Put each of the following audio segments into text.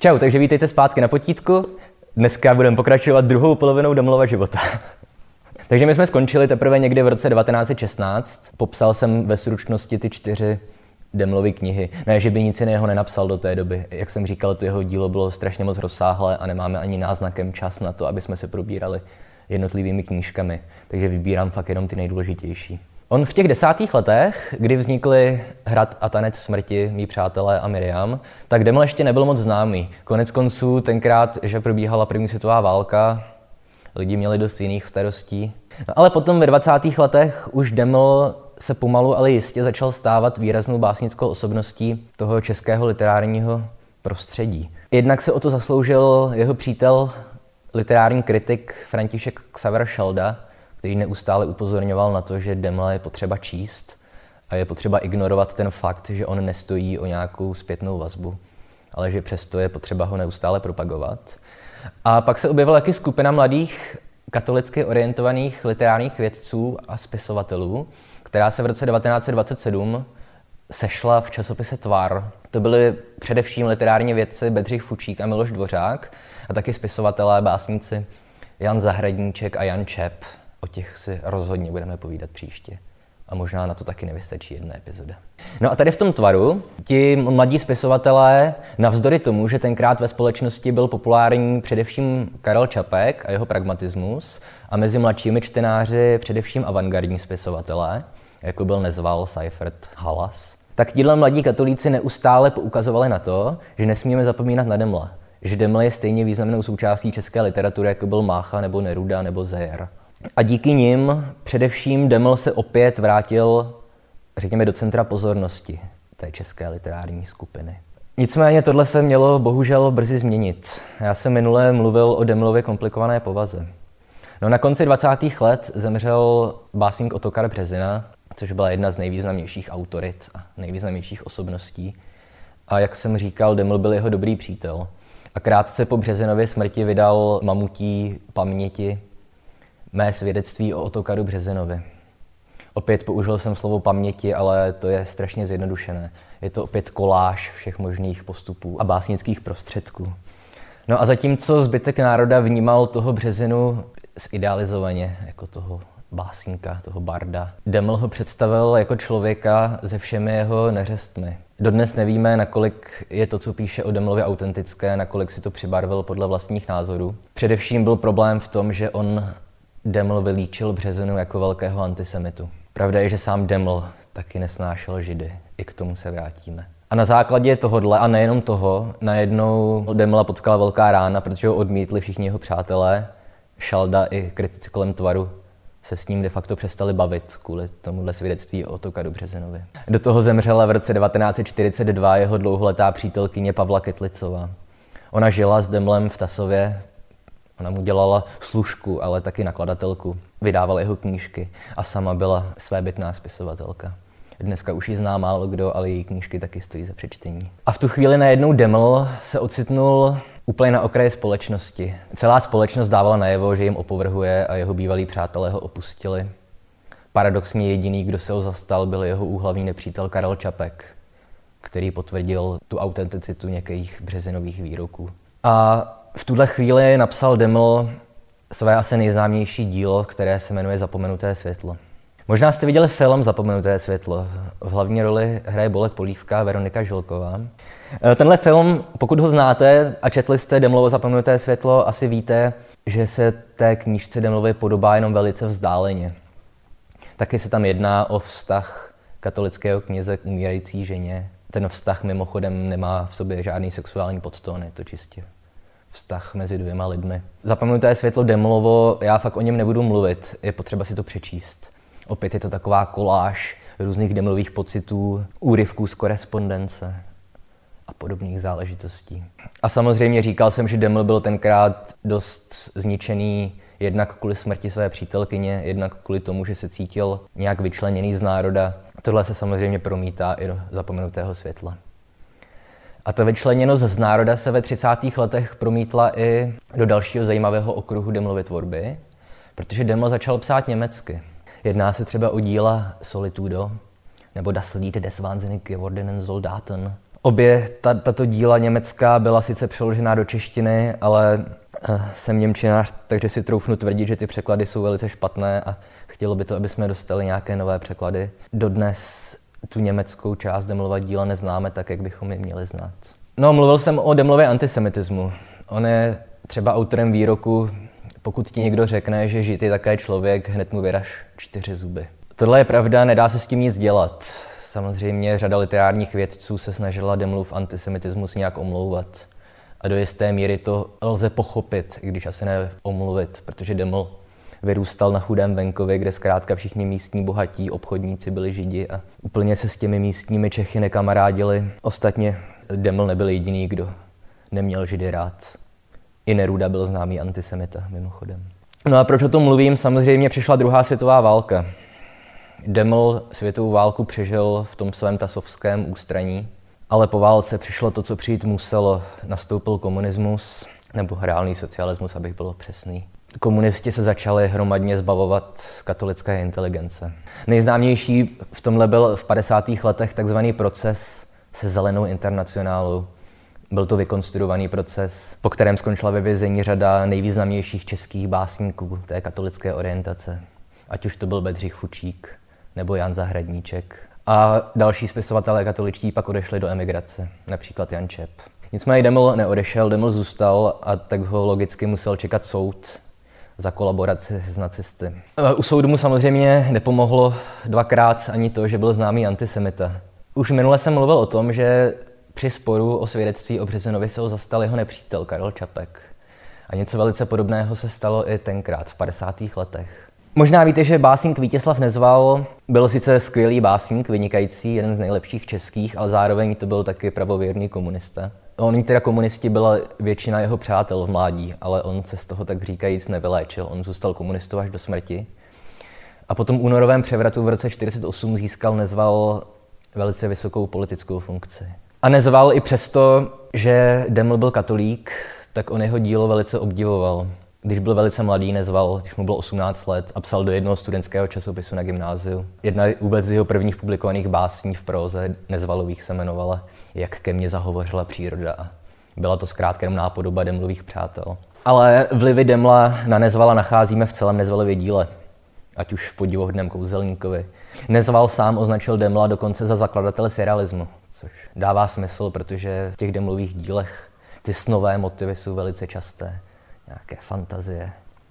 čau, takže vítejte zpátky na potítku. Dneska budeme pokračovat druhou polovinou Demlova života. Takže my jsme skončili teprve někdy v roce 1916. Popsal jsem ve stručnosti ty 4 Demlovy knihy. Ne, že by nic jiného nenapsal do té doby. Jak jsem říkal, to jeho dílo bylo strašně moc rozsáhlé a nemáme ani náznakem čas na to, aby jsme se probírali jednotlivými knížkami. Takže vybírám fakt jenom ty nejdůležitější. On v těch 10. letech, kdy vznikly Hrad a tanec smrti, Mí přátelé a Miriam, tak Deml ještě nebyl moc známý. Konec konců tenkrát, že probíhala první světová válka, lidi měli dost jiných starostí. No, ale potom ve 20. letech už Deml se pomalu, ale jistě začal stávat výraznou básnickou osobností toho českého literárního prostředí. Jednak se o to zasloužil jeho přítel, literární kritik František Xaver Šalda, který neustále upozorňoval na to, že Demla je potřeba číst a je potřeba ignorovat ten fakt, že on nestojí o nějakou zpětnou vazbu, ale že přesto je potřeba ho neustále propagovat. A pak se objevila taky skupina mladých katolicky orientovaných literárních vědců a spisovatelů, která se v roce 1927 sešla v časopise Tvar. To byli především literární vědci Bedřich Fučík a Miloš Dvořák a taky spisovatelé, básníci Jan Zahradníček a Jan Čep. O těch si rozhodně budeme povídat příště. A možná na to taky nevystačí jedna epizoda. No a tady v tom Tvaru ti mladí spisovatelé, navzdory tomu, že tenkrát ve společnosti byl populární především Karel Čapek a jeho pragmatismus a mezi mladšími čtenáři především avantgardní spisovatelé, jako byl Nezval, Seifert, Halas, tak tíhle mladí katolíci neustále poukazovali na to, že nesmíme zapomínat na Demla. Že Deml je stejně významnou součástí české literatury, jako byl Mácha nebo Neruda nebo Zeyer. A díky nim především Deml se opět vrátil, řekněme, do centra pozornosti té české literární skupiny. Nicméně tohle se mělo bohužel brzy změnit. Já jsem minule mluvil o Demlově komplikované povaze. No, na konci 20. let zemřel básník Ottokar Březina, což byla jedna z nejvýznamnějších autorit a nejvýznamnějších osobností. A jak jsem říkal, Deml byl jeho dobrý přítel. A krátce po Březinově smrti vydal mamutí paměti Mé svědectví o Ottokaru Březinovi. Opět použil jsem slovo paměti, ale to je strašně zjednodušené. Je to opět koláž všech možných postupů a básnických prostředků. No a zatímco zbytek národa vnímal toho Březinu zidealizovaně, jako toho básníka, toho barda, Deml ho představil jako člověka se všemi jeho neřestmi. Dodnes nevíme, nakolik je to, co píše o Demlově autentické, nakolik si to přibarvil podle vlastních názorů. Především byl problém v tom, že Deml vylíčil Březinu jako velkého antisemitu. Pravda je, že sám Deml taky nesnášel Židy. I k tomu se vrátíme. A na základě tohodle, a nejenom toho, najednou Demla potkala velká rána, protože ho odmítli všichni jeho přátelé. Šalda i kritici kolem Tvaru se s ním de facto přestali bavit kvůli tomuhle svědectví o Ottokaru Březinovi. Do toho zemřela v roce 1942 jeho dlouholetá přítelkyně Pavla Kytlicová. Ona žila s Demlem v Tasově. Ona mu dělala služku, ale taky nakladatelku. Vydávala jeho knížky a sama byla svébytná spisovatelka. Dneska už ji zná málo kdo, ale její knížky taky stojí za přečtení. A v tu chvíli najednou Deml se ocitnul úplně na okraji společnosti. Celá společnost dávala najevo, že jim opovrhuje a jeho bývalí přátelé ho opustili. Paradoxně jediný, kdo se ho zastal, byl jeho úhlavní nepřítel Karel Čapek, který potvrdil tu autenticitu některých Březinových výroků. A v tuhle chvíli napsal Deml své asi nejznámější dílo, které se jmenuje Zapomenuté světlo. Možná jste viděli film Zapomenuté světlo. V hlavní roli hraje Bolek Polívka a Veronika Žilková. Tenhle film, pokud ho znáte a četli jste Demlovo Zapomenuté světlo, asi víte, že se té knížce Demlově podobá jenom velice vzdáleně. Taky se tam jedná o vztah katolického kněze k umírající ženě. Ten vztah mimochodem nemá v sobě žádný sexuální podtón, je to čistě vztah mezi dvěma lidmi. Zapomenuté světlo Demlovo, já fakt o něm nebudu mluvit, je potřeba si to přečíst. Opět je to taková koláž různých Demlových pocitů, úryvků z korespondence a podobných záležitostí. A samozřejmě říkal jsem, že Deml byl tenkrát dost zničený jednak kvůli smrti své přítelkyně, jednak kvůli tomu, že se cítil nějak vyčleněný z národa. Tohle se samozřejmě promítá i do Zapomenutého světla. A ta vyčleněnost z národa se ve 30. letech promítla i do dalšího zajímavého okruhu Demlovy tvorby, protože Deml začal psát německy. Jedná se třeba o díla Solitudo nebo Das Lied des wahnsinnig gewordenen Soldaten Tato díla německá byla sice přeložená do češtiny, ale jsem němčinář, takže si troufnu tvrdit, že ty překlady jsou velice špatné a chtělo by to, aby jsme dostali nějaké nové překlady. Dodnes tu německou část Demlova díla neznáme tak, jak bychom ji měli znát. No, mluvil jsem o Demlově antisemitismu. On je třeba autorem výroku: pokud ti někdo řekne, že Žid je také člověk, hned mu vyraž 4 zuby. Tohle je pravda, nedá se s tím nic dělat. Samozřejmě řada literárních vědců se snažila Demlův antisemitismus nějak omlouvat. A do jisté míry to lze pochopit, i když asi ne omluvit, protože Deml vyrůstal na chudém venkově, kde zkrátka všichni místní bohatí obchodníci byli Židi a úplně se s těmi místními Čechy nekamarádili. Ostatně Deml nebyl jediný, kdo neměl Židy rád. I Neruda byl známý antisemita, mimochodem. No a proč o tom mluvím? Samozřejmě přišla druhá světová válka. Deml světovou válku přežil v tom svém tasovském ústraní, ale po válce přišlo to, co přijít muselo. Nastoupil komunismus, nebo reálný socialismus, abych byl přesný. Komunisti se začali hromadně zbavovat katolické inteligence. Nejznámější v tomhle byl v 50. letech takzvaný proces se Zelenou internacionálou. Byl to vykonstruovaný proces, po kterém skončila ve vězení řada nejvýznamnějších českých básníků té katolické orientace. Ať už to byl Bedřich Fučík nebo Jan Zahradníček. A další spisovatelé katoličtí pak odešli do emigrace, například Jan Čep. Nicméně Deml neodešel, Deml zůstal a tak ho logicky musel čekat soud za kolaboraci s nacisty. U soudu mu samozřejmě nepomohlo dvakrát ani to, že byl známý antisemita. Už minule jsem mluvil o tom, že při sporu o svědectví o Březinovi se ho zastal jeho nepřítel Karel Čapek. A něco velice podobného se stalo i tenkrát, v 50. letech. Možná víte, že básník Vítězslav Nezval byl sice skvělý básník, vynikající, jeden z nejlepších českých, ale zároveň to byl taky pravověrný komunista. Oni teda komunisti byla většina jeho přátel v mládí, ale on se z toho tak říkajíc nevyléčil. On zůstal komunistou až do smrti. A po tom únorovém převratu v roce 1948 získal Nezval velice vysokou politickou funkci. A Nezval i přesto, že Deml byl katolík, tak on jeho dílo velice obdivoval. Když byl velice mladý Nezval, když mu bylo 18 let a psal do jednoho studentského časopisu na gymnáziu. Jedna vůbec z jeho prvních publikovaných básní v próze Nezvalových se jmenovala Jak ke mně zahovořila příroda. Byla to zkrátka jenom nápodoba Demlových přátel. Ale vlivy Demla na Nezvala nacházíme v celém Nezvalově díle, ať už v Podivuhodném kouzelníkovi. Nezval sám označil Demla dokonce za zakladatele surrealismu, což dává smysl, protože v těch Demlových dílech ty snové motivy jsou velice časté. Nějaké fantazie,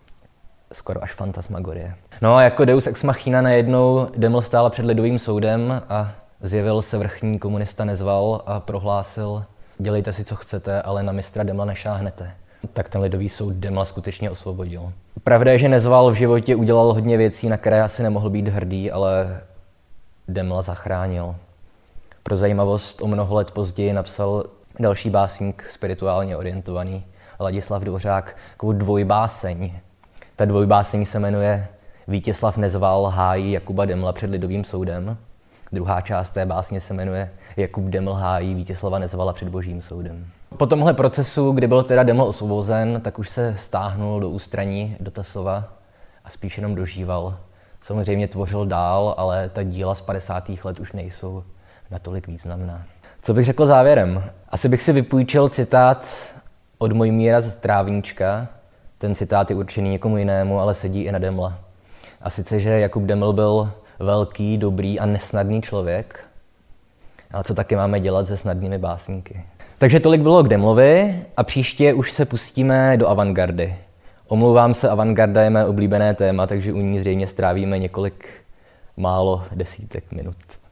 skoro až fantasmagorie. No a jako deus ex machina najednou Deml stál před lidovým soudem a zjevil se vrchní komunista Nezval a prohlásil: dělejte si, co chcete, ale na mistra Demla nešáhnete. Tak ten lidový soud Demla skutečně osvobodil. Pravda je, že Nezval v životě udělal hodně věcí, na které asi nemohl být hrdý, ale Demla zachránil. Pro zajímavost o mnoho let později napsal další básník spirituálně orientovaný, Ladislav Dvořák, takovou dvojbáseň. Ta dvojbáseň se jmenuje Vítězslav Nezval hájí Jakuba Demla před lidovým soudem. Druhá část té básně se jmenuje Jakub Deml hájí Vítězslava Nezvala před božím soudem. Po tomhle procesu, kdy byl teda Deml osvobozen, tak už se stáhnul do ústraní, do Tasova a spíš jenom dožíval. Samozřejmě tvořil dál, ale ta díla z 50. let už nejsou natolik významná. Co bych řekl závěrem? Asi bych si vypůjčil citát od Mojmíra z Trávníčka. Ten citát je určený někomu jinému, ale sedí i na Demla. A sice, že Jakub Deml byl velký, dobrý a nesnadný člověk. Ale co taky máme dělat se snadnými básníky? Takže tolik bylo k Demlovi a příště už se pustíme do avantgardy. Omlouvám se, avantgarda je mé oblíbené téma, takže u ní zřejmě strávíme několik málo desítek minut.